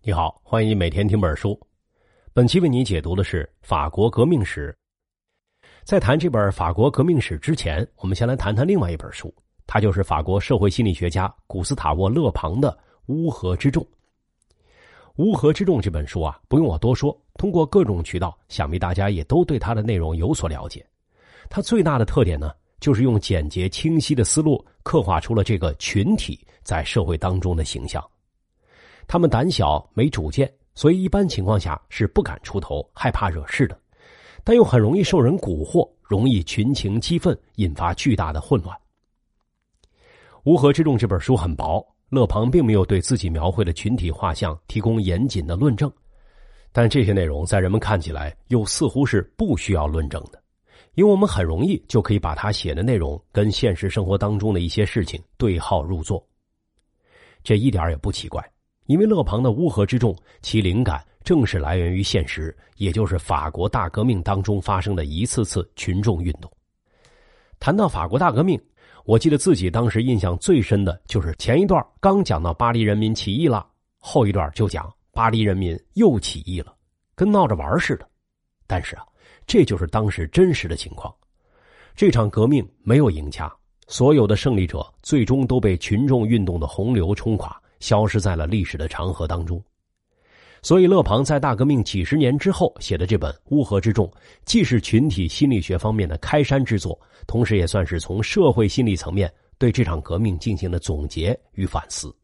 你好，欢迎每天听本书。本期为你解读的是法国革命史。在谈这本法国革命史之前，我们先来谈谈另外一本书，它就是法国社会心理学家古斯塔沃·勒庞的《乌合之众》。《乌合之众》这本书啊，不用我多说，通过各种渠道，想必大家也都对它的内容有所了解。它最大的特点呢，就是用简洁清晰的思路刻画出了这个群体在社会当中的形象。他们胆小没主见，所以一般情况下是不敢出头，害怕惹事的，但又很容易受人蛊惑，容易群情激愤，引发巨大的混乱。乌合之众这本书很薄，勒庞并没有对自己描绘的群体画像提供严谨的论证，但这些内容在人们看起来又似乎是不需要论证的，因为我们很容易就可以把他写的内容跟现实生活当中的一些事情对号入座。这一点也不奇怪，因为勒庞的乌合之众，其灵感正是来源于现实，也就是法国大革命当中发生的一次次群众运动。谈到法国大革命，我记得自己当时印象最深的就是前一段刚讲到巴黎人民起义了，后一段就讲巴黎人民又起义了，跟闹着玩似的。但是啊，这就是当时真实的情况。这场革命没有赢家，所有的胜利者最终都被群众运动的洪流冲垮，消失在了历史的长河当中。所以勒庞在大革命几十年之后写的这本《乌合之众》，既是群体心理学方面的开山之作，同时也算是从社会心理层面对这场革命进行了总结与反思。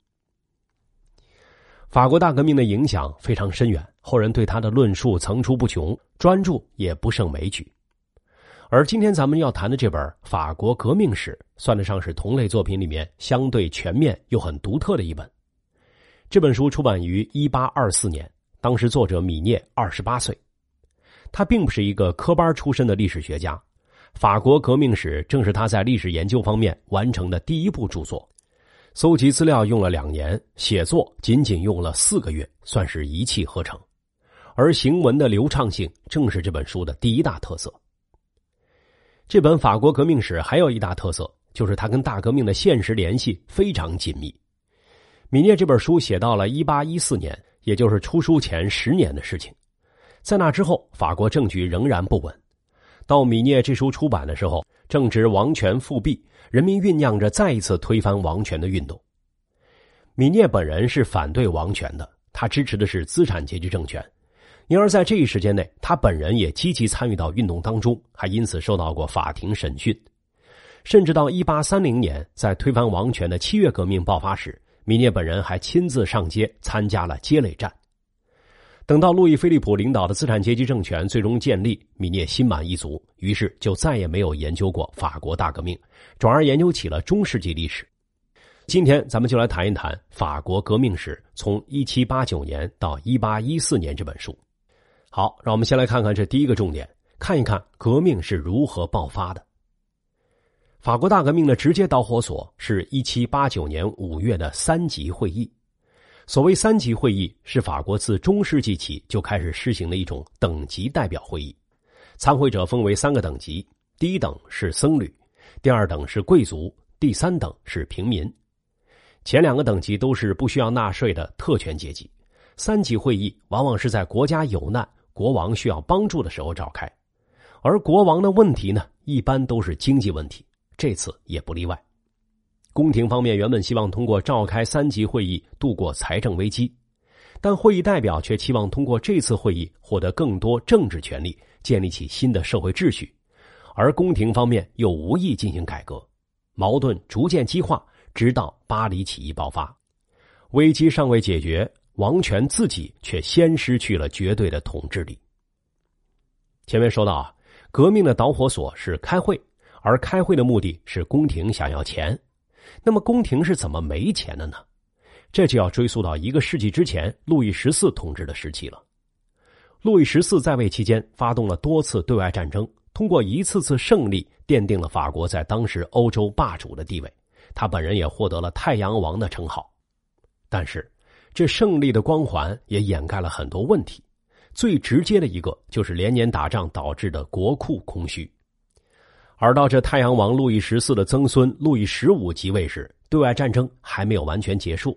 法国大革命的影响非常深远，后人对他的论述层出不穷，专注也不胜枚举。而今天咱们要谈的这本《法国革命史》，算得上是同类作品里面相对全面又很独特的一本。这本书出版于1824年，当时作者米涅28岁。他并不是一个科班出身的历史学家，法国革命史正是他在历史研究方面完成的第一部著作。搜集资料用了2年，写作仅仅用了4个月，算是一气呵成。而行文的流畅性正是这本书的第一大特色。这本法国革命史还有一大特色，就是它跟大革命的现实联系非常紧密。米涅这本书写到了1814年，也就是出书前10年的事情。在那之后，法国政局仍然不稳。到米涅这书出版的时候，正值王权复辟，人民酝酿着再一次推翻王权的运动。米涅本人是反对王权的，他支持的是资产阶级政权，因而在这一时间内，他本人也积极参与到运动当中，还因此受到过法庭审讯。甚至到1830年，在推翻王权的7月革命爆发时，米涅本人还亲自上街参加了街垒战。等到路易菲利普领导的资产阶级政权最终建立，米涅心满意足，于是就再也没有研究过法国大革命，转而研究起了中世纪历史。今天咱们就来谈一谈法国革命史，从1789年到1814年这本书。好，让我们先来看看这第一个重点，看一看革命是如何爆发的。法国大革命的直接导火索是1789年5月的3级会议。所谓3级会议，是法国自中世纪起就开始施行的一种等级代表会议。参会者分为3个等级，第一等是僧侣，第2等是贵族，第3等是平民。前2个等级都是不需要纳税的特权阶级。3级会议往往是在国家有难、国王需要帮助的时候召开，而国王的问题呢，一般都是经济问题，这次也不例外。宫廷方面原本希望通过召开3级会议度过财政危机，但会议代表却期望通过这次会议获得更多政治权利，建立起新的社会秩序，而宫廷方面又无意进行改革，矛盾逐渐激化，直到巴黎起义爆发。危机尚未解决，王权自己却先失去了绝对的统治力。前面说到啊，革命的导火索是开会，而开会的目的是宫廷想要钱。那么宫廷是怎么没钱的呢？这就要追溯到1个世纪之前路易14统治的时期了。路易14在位期间发动了多次对外战争，通过一次次胜利奠定了法国在当时欧洲霸主的地位，他本人也获得了太阳王的称号。但是这胜利的光环也掩盖了很多问题，最直接的一个就是连年打仗导致的国库空虚。而到这太阳王路易14的曾孙路易15即位时，对外战争还没有完全结束，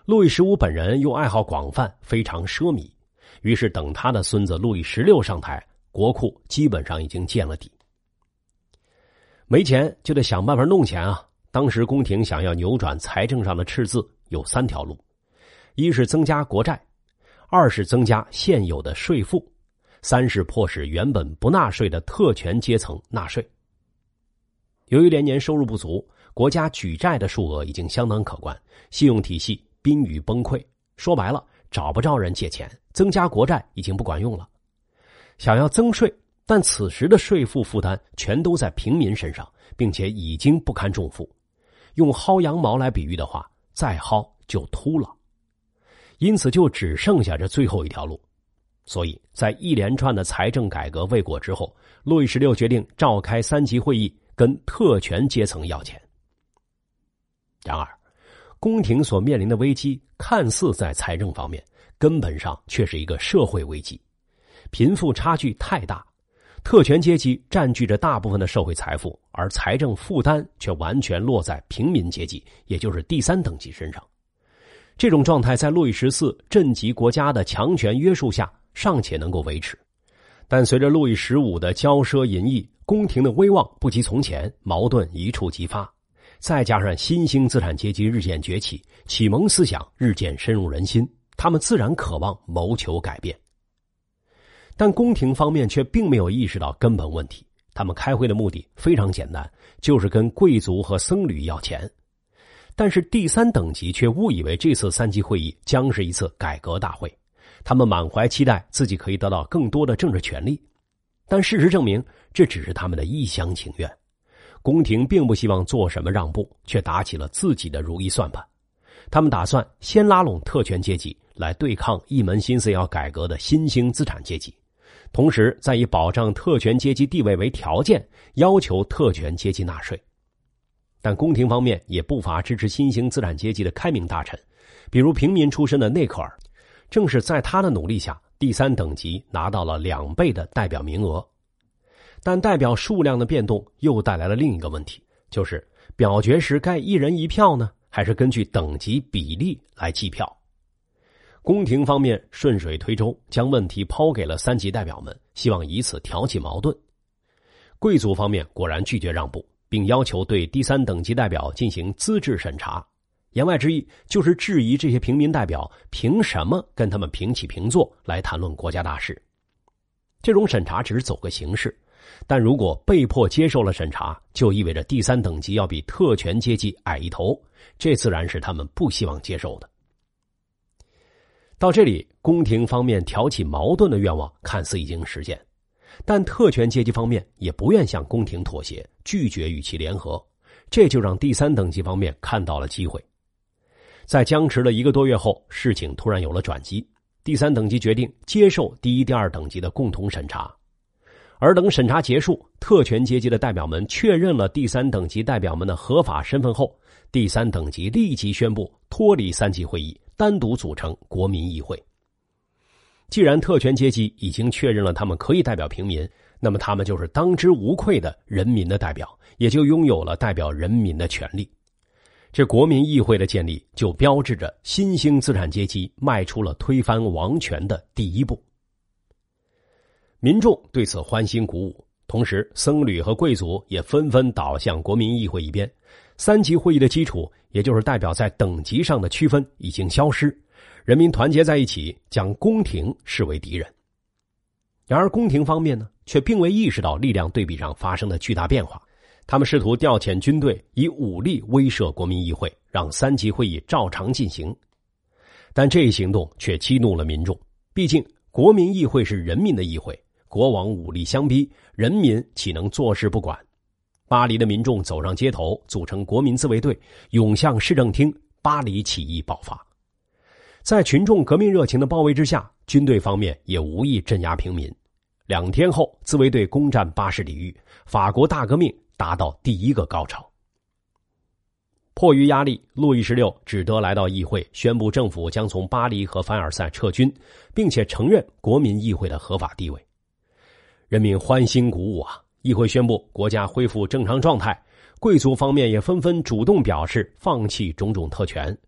路易15本人又爱好广泛，非常奢靡，于是等他的孙子路易16上台，国库基本上已经见了底。没钱就得想办法弄钱啊！当时宫廷想要扭转财政上的赤字，有3条路：一是增加国债，2是增加现有的税负，3是迫使原本不纳税的特权阶层纳税。由于连年收入不足，国家举债的数额已经相当可观，信用体系濒于崩溃。说白了，找不着人借钱，增加国债已经不管用了。想要增税，但此时的税负负担全都在平民身上，并且已经不堪重负。用薅羊毛来比喻的话，再薅就秃了。因此就只剩下这最后一条路。所以在一连串的财政改革未果之后，路易16决定召开3级会议，跟特权阶层要钱。然而，宫廷所面临的危机看似在财政方面，根本上却是一个社会危机。贫富差距太大，特权阶级占据着大部分的社会财富，而财政负担却完全落在平民阶级，也就是第3等级身上。这种状态在路易14镇级国家的强权约束下尚且能够维持，但随着路易15的骄奢淫逸，宫廷的威望不及从前，矛盾一触即发。再加上新兴资产阶级日渐崛起，启蒙思想日渐深入人心，他们自然渴望谋求改变。但宫廷方面却并没有意识到根本问题，他们开会的目的非常简单，就是跟贵族和僧侣要钱。但是第3等级却误以为这次3级会议将是一次改革大会，他们满怀期待自己可以得到更多的政治权利。但事实证明，这只是他们的一厢情愿。宫廷并不希望做什么让步，却打起了自己的如意算盘。他们打算先拉拢特权阶级，来对抗一门心思要改革的新兴资产阶级，同时再以保障特权阶级地位为条件，要求特权阶级纳税。但宫廷方面也不乏支持新兴资产阶级的开明大臣，比如平民出身的内克尔。正是在他的努力下，第3等级拿到了2倍的代表名额。但代表数量的变动又带来了另一个问题，就是表决时该1人1票呢，还是根据等级比例来计票？宫廷方面顺水推舟，将问题抛给了3级代表们，希望以此挑起矛盾。贵族方面果然拒绝让步，并要求对第3等级代表进行资质审查，言外之意就是质疑这些平民代表凭什么跟他们平起平坐来谈论国家大事。这种审查只是走个形式，但如果被迫接受了审查，就意味着第3等级要比特权阶级矮一头，这自然是他们不希望接受的。到这里，宫廷方面挑起矛盾的愿望看似已经实现，但特权阶级方面也不愿向宫廷妥协，拒绝与其联合，这就让第3等级方面看到了机会。在僵持了1个多月后，事情突然有了转机，第3等级决定接受第1、第2等级的共同审查。而等审查结束，特权阶级的代表们确认了第3等级代表们的合法身份后，第3等级立即宣布脱离3级会议，单独组成国民议会。既然特权阶级已经确认了他们可以代表平民，那么他们就是当之无愧的人民的代表，也就拥有了代表人民的权利。这国民议会的建立，就标志着新兴资产阶级迈出了推翻王权的第1步。民众对此欢欣鼓舞，同时僧侣和贵族也纷纷倒向国民议会一边。3级会议的基础，也就是代表在等级上的区分已经消失，人民团结在一起，将宫廷视为敌人。然而宫廷方面呢，却并未意识到力量对比上发生的巨大变化，他们试图调遣军队，以武力威慑国民议会，让3级会议照常进行。但这一行动却激怒了民众，毕竟国民议会是人民的议会，国王武力相逼，人民岂能坐视不管？巴黎的民众走上街头，组成国民自卫队，涌向市政厅，巴黎起义爆发。在群众革命热情的包围之下，军队方面也无意镇压平民。2天后，自卫队攻占巴士底狱，法国大革命达到第1个高潮。迫于压力，路易16只得来到议会，宣布政府将从巴黎和凡尔赛撤军，并且承认国民议会的合法地位。人民欢欣鼓舞啊！议会宣布国家恢复正常状态，贵族方面也纷纷主动表示放弃种种特权。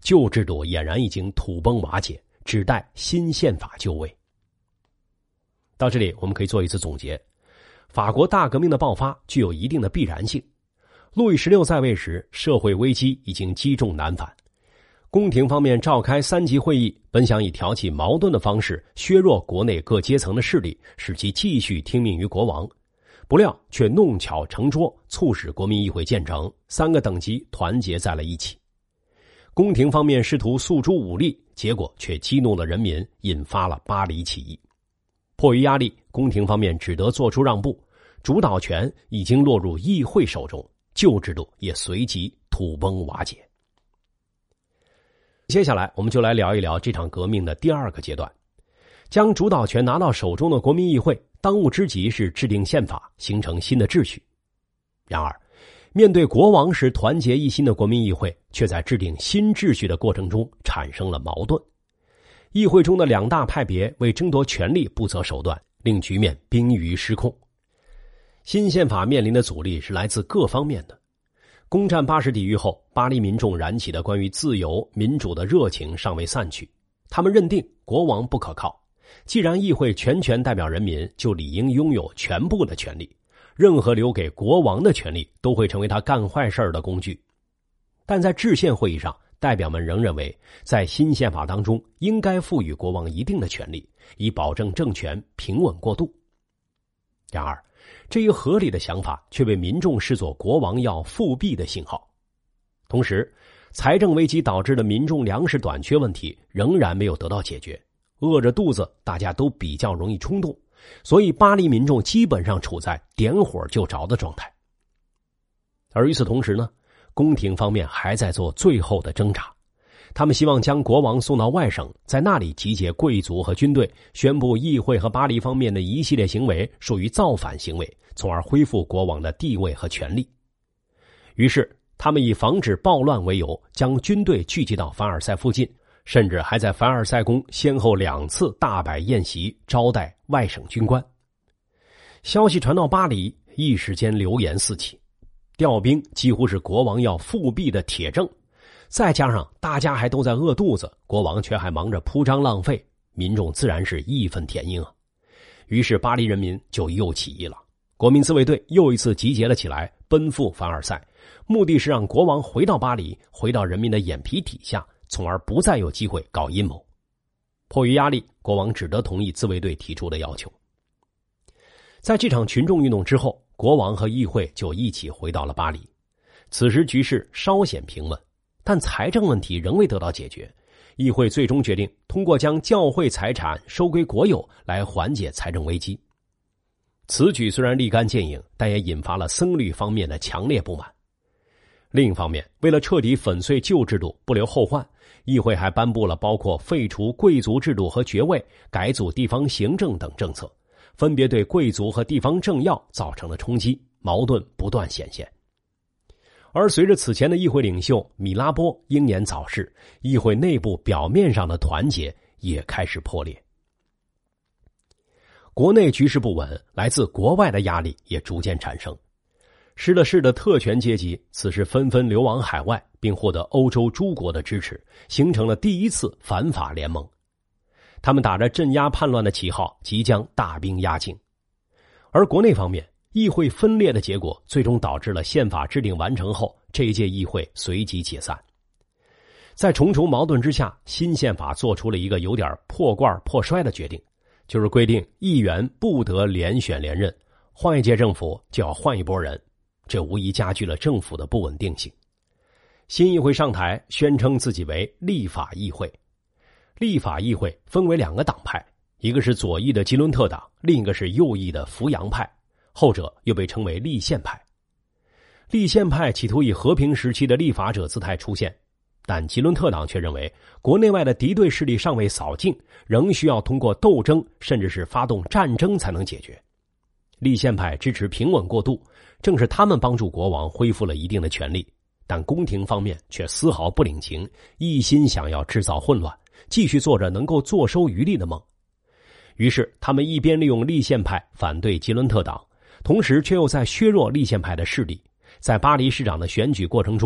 旧制度俨然已经土崩瓦解，只待新宪法就位。到这里我们可以做一次总结，法国大革命的爆发具有一定的必然性。路易16在位时，社会危机已经积重难返，宫廷方面召开3级会议，本想以挑起矛盾的方式削弱国内各阶层的势力，使其继续听命于国王，不料却弄巧成拙，促使国民议会建成，3个等级团结在了一起。宫廷方面试图诉诸武力，结果却激怒了人民，引发了巴黎起义。迫于压力，宫廷方面只得做出让步，主导权已经落入议会手中，旧制度也随即土崩瓦解。接下来我们就来聊一聊这场革命的第2个阶段。将主导权拿到手中的国民议会，当务之急是制定宪法，形成新的秩序。然而面对国王时团结一心的国民议会，却在制定新秩序的过程中产生了矛盾。议会中的2大派别为争夺权力不择手段，令局面濒于失控。新宪法面临的阻力是来自各方面的。攻占巴士底狱后，巴黎民众燃起的关于自由民主的热情尚未散去，他们认定国王不可靠，既然议会全权代表人民，就理应拥有全部的权利，任何留给国王的权利都会成为他干坏事的工具。但在制宪会议上，代表们仍认为在新宪法当中应该赋予国王一定的权利，以保证政权平稳过渡。然而这一合理的想法却被民众视作国王要复辟的信号。同时财政危机导致的民众粮食短缺问题仍然没有得到解决，饿着肚子大家都比较容易冲动，所以巴黎民众基本上处在点火就着的状态。而与此同时呢，宫廷方面还在做最后的挣扎，他们希望将国王送到外省，在那里集结贵族和军队，宣布议会和巴黎方面的一系列行为属于造反行为，从而恢复国王的地位和权力。于是他们以防止暴乱为由，将军队聚集到凡尔赛附近，甚至还在凡尔赛宫先后2次大摆宴席，招待外省军官。消息传到巴黎，一时间流言四起，调兵几乎是国王要复辟的铁证，再加上大家还都在饿肚子，国王却还忙着铺张浪费，民众自然是义愤填膺啊。于是巴黎人民就又起义了，国民自卫队又一次集结了起来，奔赴凡尔赛，目的是让国王回到巴黎，回到人民的眼皮底下，从而不再有机会搞阴谋。迫于压力，国王只得同意自卫队提出的要求。在这场群众运动之后，国王和议会就一起回到了巴黎。此时局势稍显平稳，但财政问题仍未得到解决。议会最终决定通过将教会财产收归国有来缓解财政危机。此举虽然立竿见影，但也引发了僧侣方面的强烈不满。另一方面，为了彻底粉碎旧制度，不留后患，议会还颁布了包括废除贵族制度和爵位、改组地方行政等政策，分别对贵族和地方政要造成了冲击，矛盾不断显现。而随着此前的议会领袖米拉波英年早逝，议会内部表面上的团结也开始破裂。国内局势不稳，来自国外的压力也逐渐产生。失了势的特权阶级此时纷纷流亡海外，并获得欧洲诸国的支持，形成了第一次反法联盟。他们打着镇压叛乱的旗号，即将大兵压境。而国内方面，议会分裂的结果最终导致了宪法制定完成后，这一届议会随即解散。在重重矛盾之下，新宪法做出了一个有点破罐破摔的决定，就是规定议员不得连选连任，换一届政府就要换一拨人，这无疑加剧了政府的不稳定性。新议会上台，宣称自己为立法议会。立法议会分为2个党派，一个是左翼的吉伦特党，另一个是右翼的扶阳派，后者又被称为立宪派。立宪派企图以和平时期的立法者姿态出现，但吉伦特党却认为国内外的敌对势力尚未扫净，仍需要通过斗争甚至是发动战争才能解决。立宪派支持平稳过渡，正是他们帮助国王恢复了一定的权利，但宫廷方面却丝毫不领情，一心想要制造混乱，继续做着能够坐收渔利的梦。于是他们一边利用立宪派反对吉伦特党，同时却又在削弱立宪派的势力。在巴黎市长的选举过程中，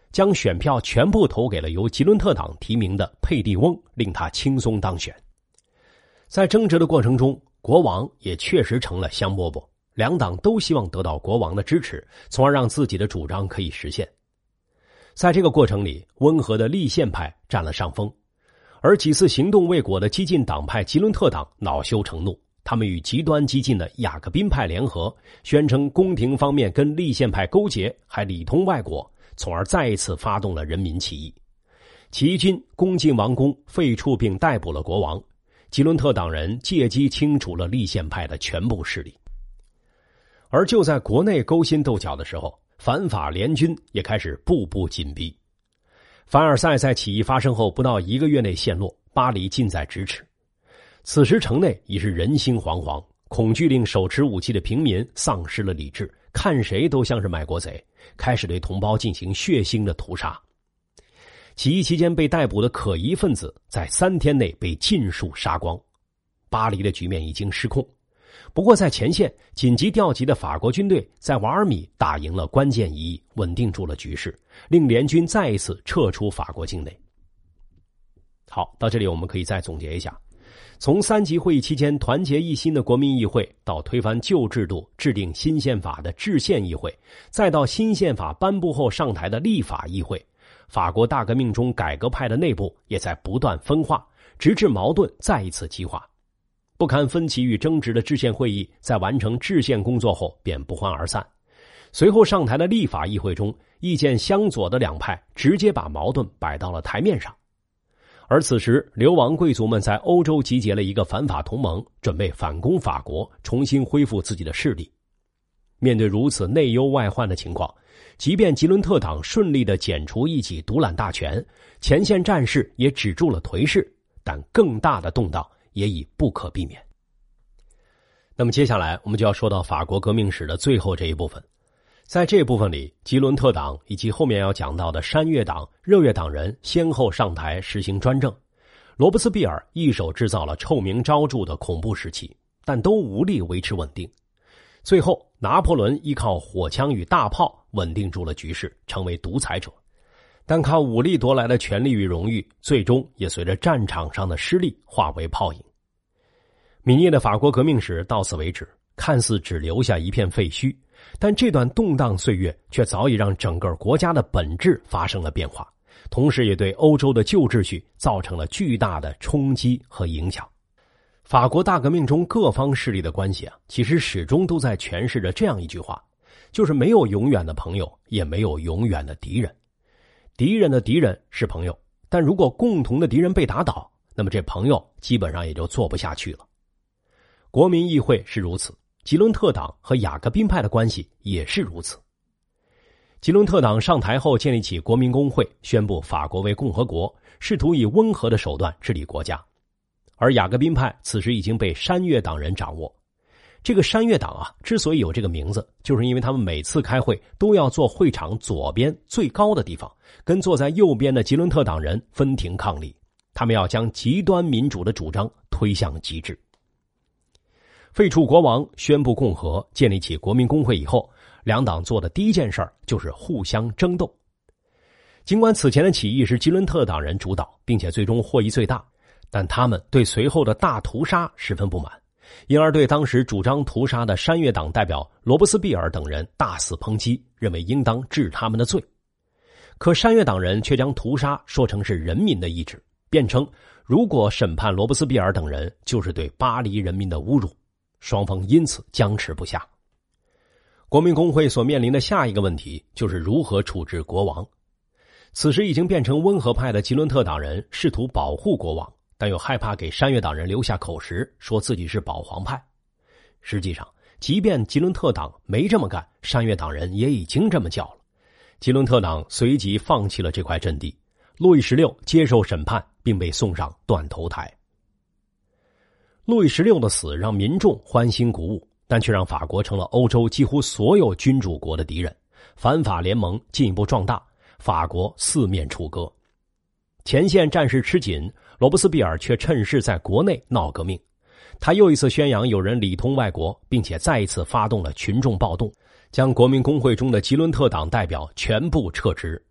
将选票全部投给了由吉伦特党提名的佩蒂翁，令他轻松当选。在争执的过程中，国王也确实成了香饽饽，两党都希望得到国王的支持，从而让自己的主张可以实现。在这个过程里，温和的立宪派占了上风，而几次行动未果的激进党派吉伦特党恼羞成怒，他们与极端激进的雅各宾派联合，宣称宫廷方面跟立宪派勾结，还里通外国，从而再一次发动了人民起义。起义军攻进王宫，废黜并逮捕了国王。吉伦特党人借机清除了立宪派的全部势力。而就在国内勾心斗角的时候，反法联军也开始步步紧逼。凡尔赛在起义发生后不到1个月内陷落，巴黎近在咫尺。此时城内已是人心惶惶，恐惧令手持武器的平民丧失了理智，看谁都像是卖国贼，开始对同胞进行血腥的屠杀。起义期间被逮捕的可疑分子在3天内被尽数杀光，巴黎的局面已经失控。不过在前线，紧急调集的法国军队在瓦尔米打赢了关键一役，稳定住了局势，令联军再一次撤出法国境内。好，到这里我们可以再总结一下，从3级会议期间团结一心的国民议会，到推翻旧制度制定新宪法的制宪议会，再到新宪法颁布后上台的立法议会，法国大革命中改革派的内部也在不断分化，直至矛盾再一次激化。不堪分歧与争执的制宪会议在完成制宪工作后便不欢而散。随后上台的立法议会中，意见相左的两派直接把矛盾摆到了台面上。而此时流亡贵族们在欧洲集结了一个反法同盟，准备反攻法国，重新恢复自己的势力。面对如此内忧外患的情况，即便吉伦特党顺利地剪除一己独揽大权，前线战事也止住了颓势，但更大的动荡也已不可避免。那么接下来我们就要说到法国革命史的最后这一部分。在这部分里，吉伦特党以及后面要讲到的山岳党、热月党人先后上台实行专政。罗伯斯庇尔一手制造了臭名昭著的恐怖时期，但都无力维持稳定。最后拿破仑依靠火枪与大炮稳定住了局势，成为独裁者。但靠武力夺来的权力与荣誉，最终也随着战场上的失利化为泡影。泯灭的法国革命史到此为止，看似只留下一片废墟，但这段动荡岁月却早已让整个国家的本质发生了变化，同时也对欧洲的旧秩序造成了巨大的冲击和影响。法国大革命中各方势力的关系其实始终都在诠释着这样一句话，就是没有永远的朋友，也没有永远的敌人。敌人的敌人是朋友，但如果共同的敌人被打倒，那么这朋友基本上也就做不下去了。国民议会是如此，吉伦特党和雅各宾派的关系也是如此。吉伦特党上台后建立起国民公会，宣布法国为共和国，试图以温和的手段治理国家。而雅各宾派此时已经被山岳党人掌握。这个山岳党之所以有这个名字，就是因为他们每次开会都要坐会场左边最高的地方，跟坐在右边的吉伦特党人分庭抗礼。他们要将极端民主的主张推向极致。废除国王，宣布共和，建立起国民公会以后，两党做的第一件事就是互相争斗。尽管此前的起义是吉伦特党人主导，并且最终获益最大，但他们对随后的大屠杀十分不满，因而对当时主张屠杀的山岳党代表罗伯斯庇尔等人大肆抨击，认为应当治他们的罪。可山岳党人却将屠杀说成是人民的意志，辩称如果审判罗伯斯庇尔等人，就是对巴黎人民的侮辱。双方因此僵持不下。国民公会所面临的下一个问题就是如何处置国王。此时已经变成温和派的吉伦特党人试图保护国王，但又害怕给山岳党人留下口实，说自己是保皇派。实际上，即便吉伦特党没这么干，山岳党人也已经这么叫了。吉伦特党随即放弃了这块阵地，路易16接受审判，并被送上断头台。路易16的死让民众欢欣鼓舞，但却让法国成了欧洲几乎所有君主国的敌人，反法联盟进一步壮大，法国四面楚歌。前线战事吃紧，罗伯斯庇尔却趁势在国内闹革命。他又一次宣扬有人里通外国，并且再一次发动了群众暴动，将国民公会中的吉伦特党代表全部撤职。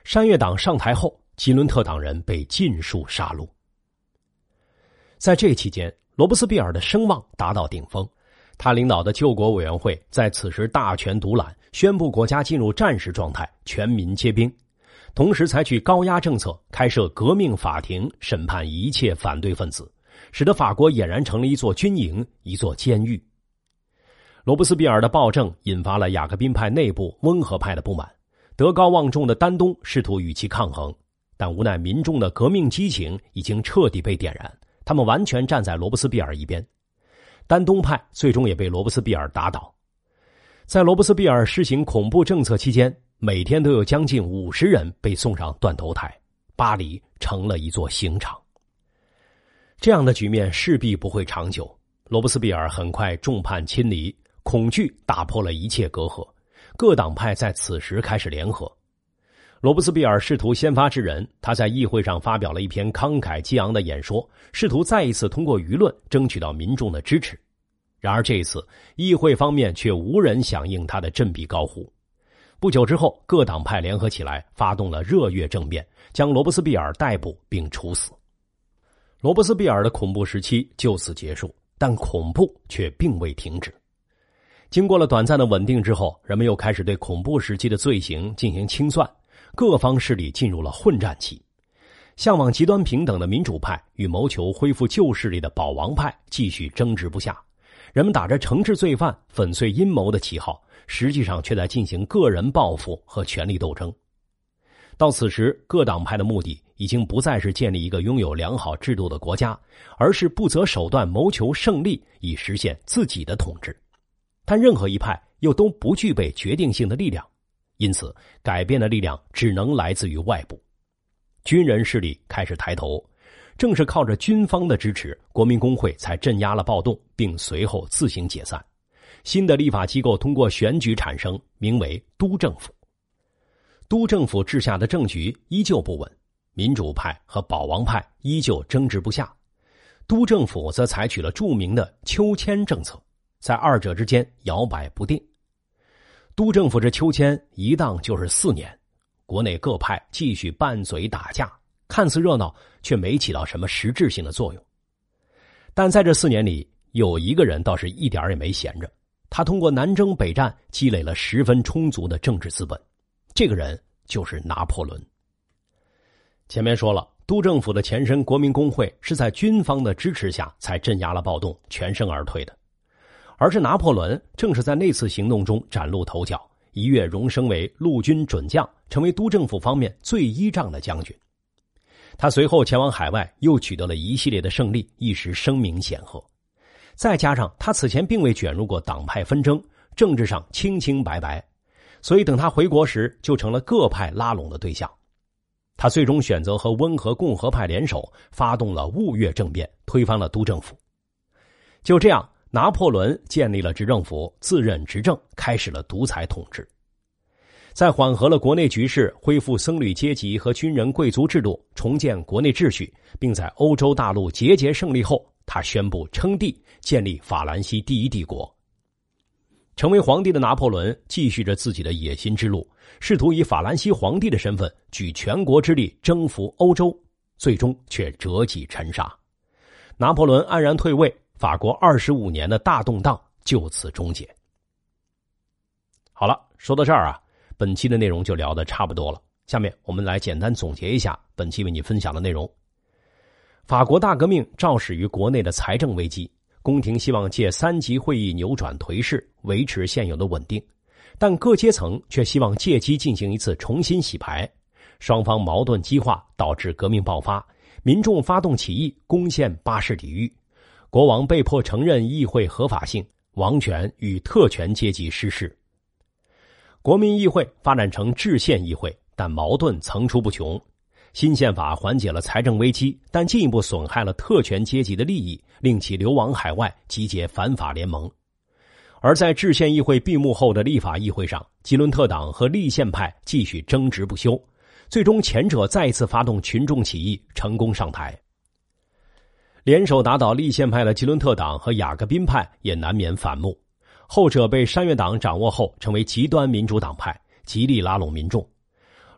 山岳党上台后，吉伦特党人被尽数杀戮。在这期间，罗伯斯庇尔的声望达到顶峰，他领导的救国委员会在此时大权独揽，宣布国家进入战时状态，全民皆兵，同时采取高压政策，开设革命法庭，审判一切反对分子，使得法国俨然成了一座军营，一座监狱。罗伯斯庇尔的暴政引发了雅各宾派内部温和派的不满，德高望重的丹东试图与其抗衡，但无奈民众的革命激情已经彻底被点燃，他们完全站在罗伯斯庇尔一边。丹东派最终也被罗伯斯庇尔打倒。在罗伯斯庇尔施行恐怖政策期间，每天都有将近50人被送上断头台，巴黎成了一座刑场。这样的局面势必不会长久，罗伯斯庇尔很快众叛亲离，恐惧打破了一切隔阂，各党派在此时开始联合。罗伯斯庇尔试图先发制人，他在议会上发表了一篇慷慨激昂的演说，试图再一次通过舆论争取到民众的支持。然而这一次，议会方面却无人响应他的振臂高呼。不久之后，各党派联合起来，发动了热月政变，将罗伯斯庇尔逮捕并处死。罗伯斯庇尔的恐怖时期就此结束，但恐怖却并未停止。经过了短暂的稳定之后，人们又开始对恐怖时期的罪行进行清算，各方势力进入了混战期。向往极端平等的民主派与谋求恢复旧势力的保王派继续争执不下，人们打着惩治罪犯、粉碎阴谋的旗号，实际上却在进行个人报复和权力斗争。到此时，各党派的目的已经不再是建立一个拥有良好制度的国家，而是不择手段谋求胜利，以实现自己的统治。但任何一派又都不具备决定性的力量，因此改变的力量只能来自于外部。军人势力开始抬头，正是靠着军方的支持，国民工会才镇压了暴动，并随后自行解散。新的立法机构通过选举产生，名为督政府。督政府治下的政局依旧不稳，民主派和保王派依旧争执不下，督政府则采取了著名的秋千政策，在二者之间摇摆不定。督政府这秋千一荡就是4年，国内各派继续拌嘴打架，看似热闹，却没起到什么实质性的作用。但在这4年里，有一个人倒是一点也没闲着，他通过南征北战积累了十分充足的政治资本，这个人就是拿破仑。前面说了，督政府的前身国民工会是在军方的支持下才镇压了暴动，全身而退的。而是拿破仑正是在那次行动中崭露头角，一跃荣升为陆军准将，成为督政府方面最依仗的将军。他随后前往海外，又取得了一系列的胜利，一时声名显赫。再加上他此前并未卷入过党派纷争，政治上清清白白，所以等他回国时就成了各派拉拢的对象。他最终选择和温和共和派联手，发动了雾月政变，推翻了督政府。就这样，拿破仑建立了执政府，自任执政，开始了独裁统治。在缓和了国内局势，恢复僧侣阶级和军人贵族制度，重建国内秩序，并在欧洲大陆节节胜利后，他宣布称帝，建立法兰西第一帝国。成为皇帝的拿破仑继续着自己的野心之路，试图以法兰西皇帝的身份举全国之力征服欧洲，最终却折戟沉沙。拿破仑安然退位，法国25年的大动荡就此终结。好了，说到这儿啊，本期的内容就聊得差不多了。下面我们来简单总结一下本期为你分享的内容。法国大革命肇始于国内的财政危机，宫廷希望借3级会议扭转颓势，维持现有的稳定，但各阶层却希望借机进行一次重新洗牌。双方矛盾激化，导致革命爆发，民众发动起义，攻陷巴士底狱，国王被迫承认议会合法性，王权与特权阶级失势。国民议会发展成制宪议会，但矛盾层出不穷。新宪法缓解了财政危机，但进一步损害了特权阶级的利益，令其流亡海外，集结反法联盟。而在制宪议会闭幕后的立法议会上，吉伦特党和立宪派继续争执不休，最终前者再一次发动群众起义，成功上台。联手打倒立宪派的吉伦特党和雅各宾派也难免反目，后者被山岳党掌握后成为极端民主党派，极力拉拢民众。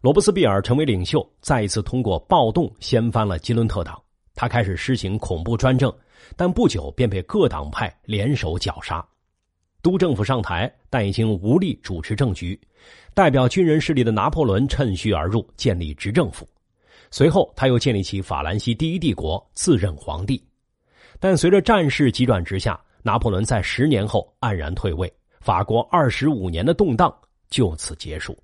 罗伯斯庇尔成为领袖，再一次通过暴动掀翻了吉伦特党。他开始施行恐怖专政，但不久便被各党派联手绞杀。督政府上台，但已经无力主持政局。代表军人势力的拿破仑趁虚而入，建立执政府。随后他又建立起法兰西第一帝国，自任皇帝。但随着战事急转直下，拿破仑在10年后黯然退位，法国25年的动荡就此结束。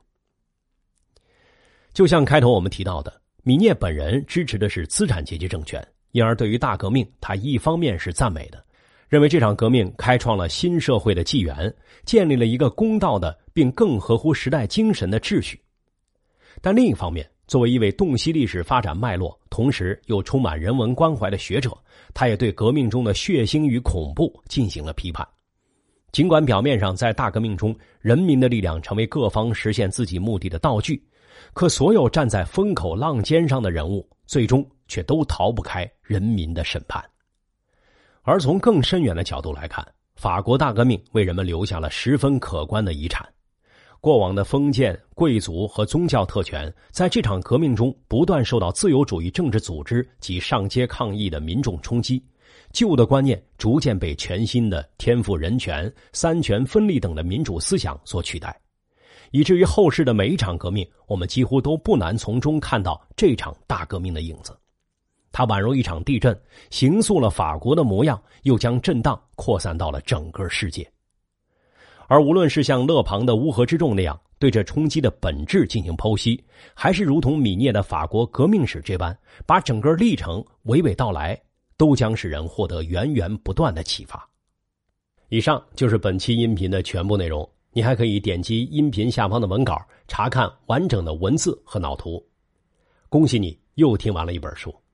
就像开头我们提到的，米涅本人支持的是资产阶级政权，因而对于大革命他一方面是赞美的，认为这场革命开创了新社会的纪元，建立了一个公道的并更合乎时代精神的秩序。但另一方面，作为一位洞悉历史发展脉络，同时又充满人文关怀的学者，他也对革命中的血腥与恐怖进行了批判。尽管表面上在大革命中，人民的力量成为各方实现自己目的的道具，可所有站在风口浪尖上的人物，最终却都逃不开人民的审判。而从更深远的角度来看，法国大革命为人们留下了十分可观的遗产。过往的封建、贵族和宗教特权，在这场革命中不断受到自由主义政治组织及上街抗议的民众冲击，旧的观念逐渐被全新的天赋人权、三权分立等的民主思想所取代，以至于后世的每一场革命，我们几乎都不难从中看到这场大革命的影子。它宛如一场地震，形塑了法国的模样，又将震荡扩散到了整个世界。而无论是像勒庞的乌合之众那样对这冲击的本质进行剖析，还是如同米涅的法国革命史这般把整个历程娓娓道来，都将使人获得源源不断的启发。以上就是本期音频的全部内容，你还可以点击音频下方的文稿查看完整的文字和脑图。恭喜你又听完了一本书。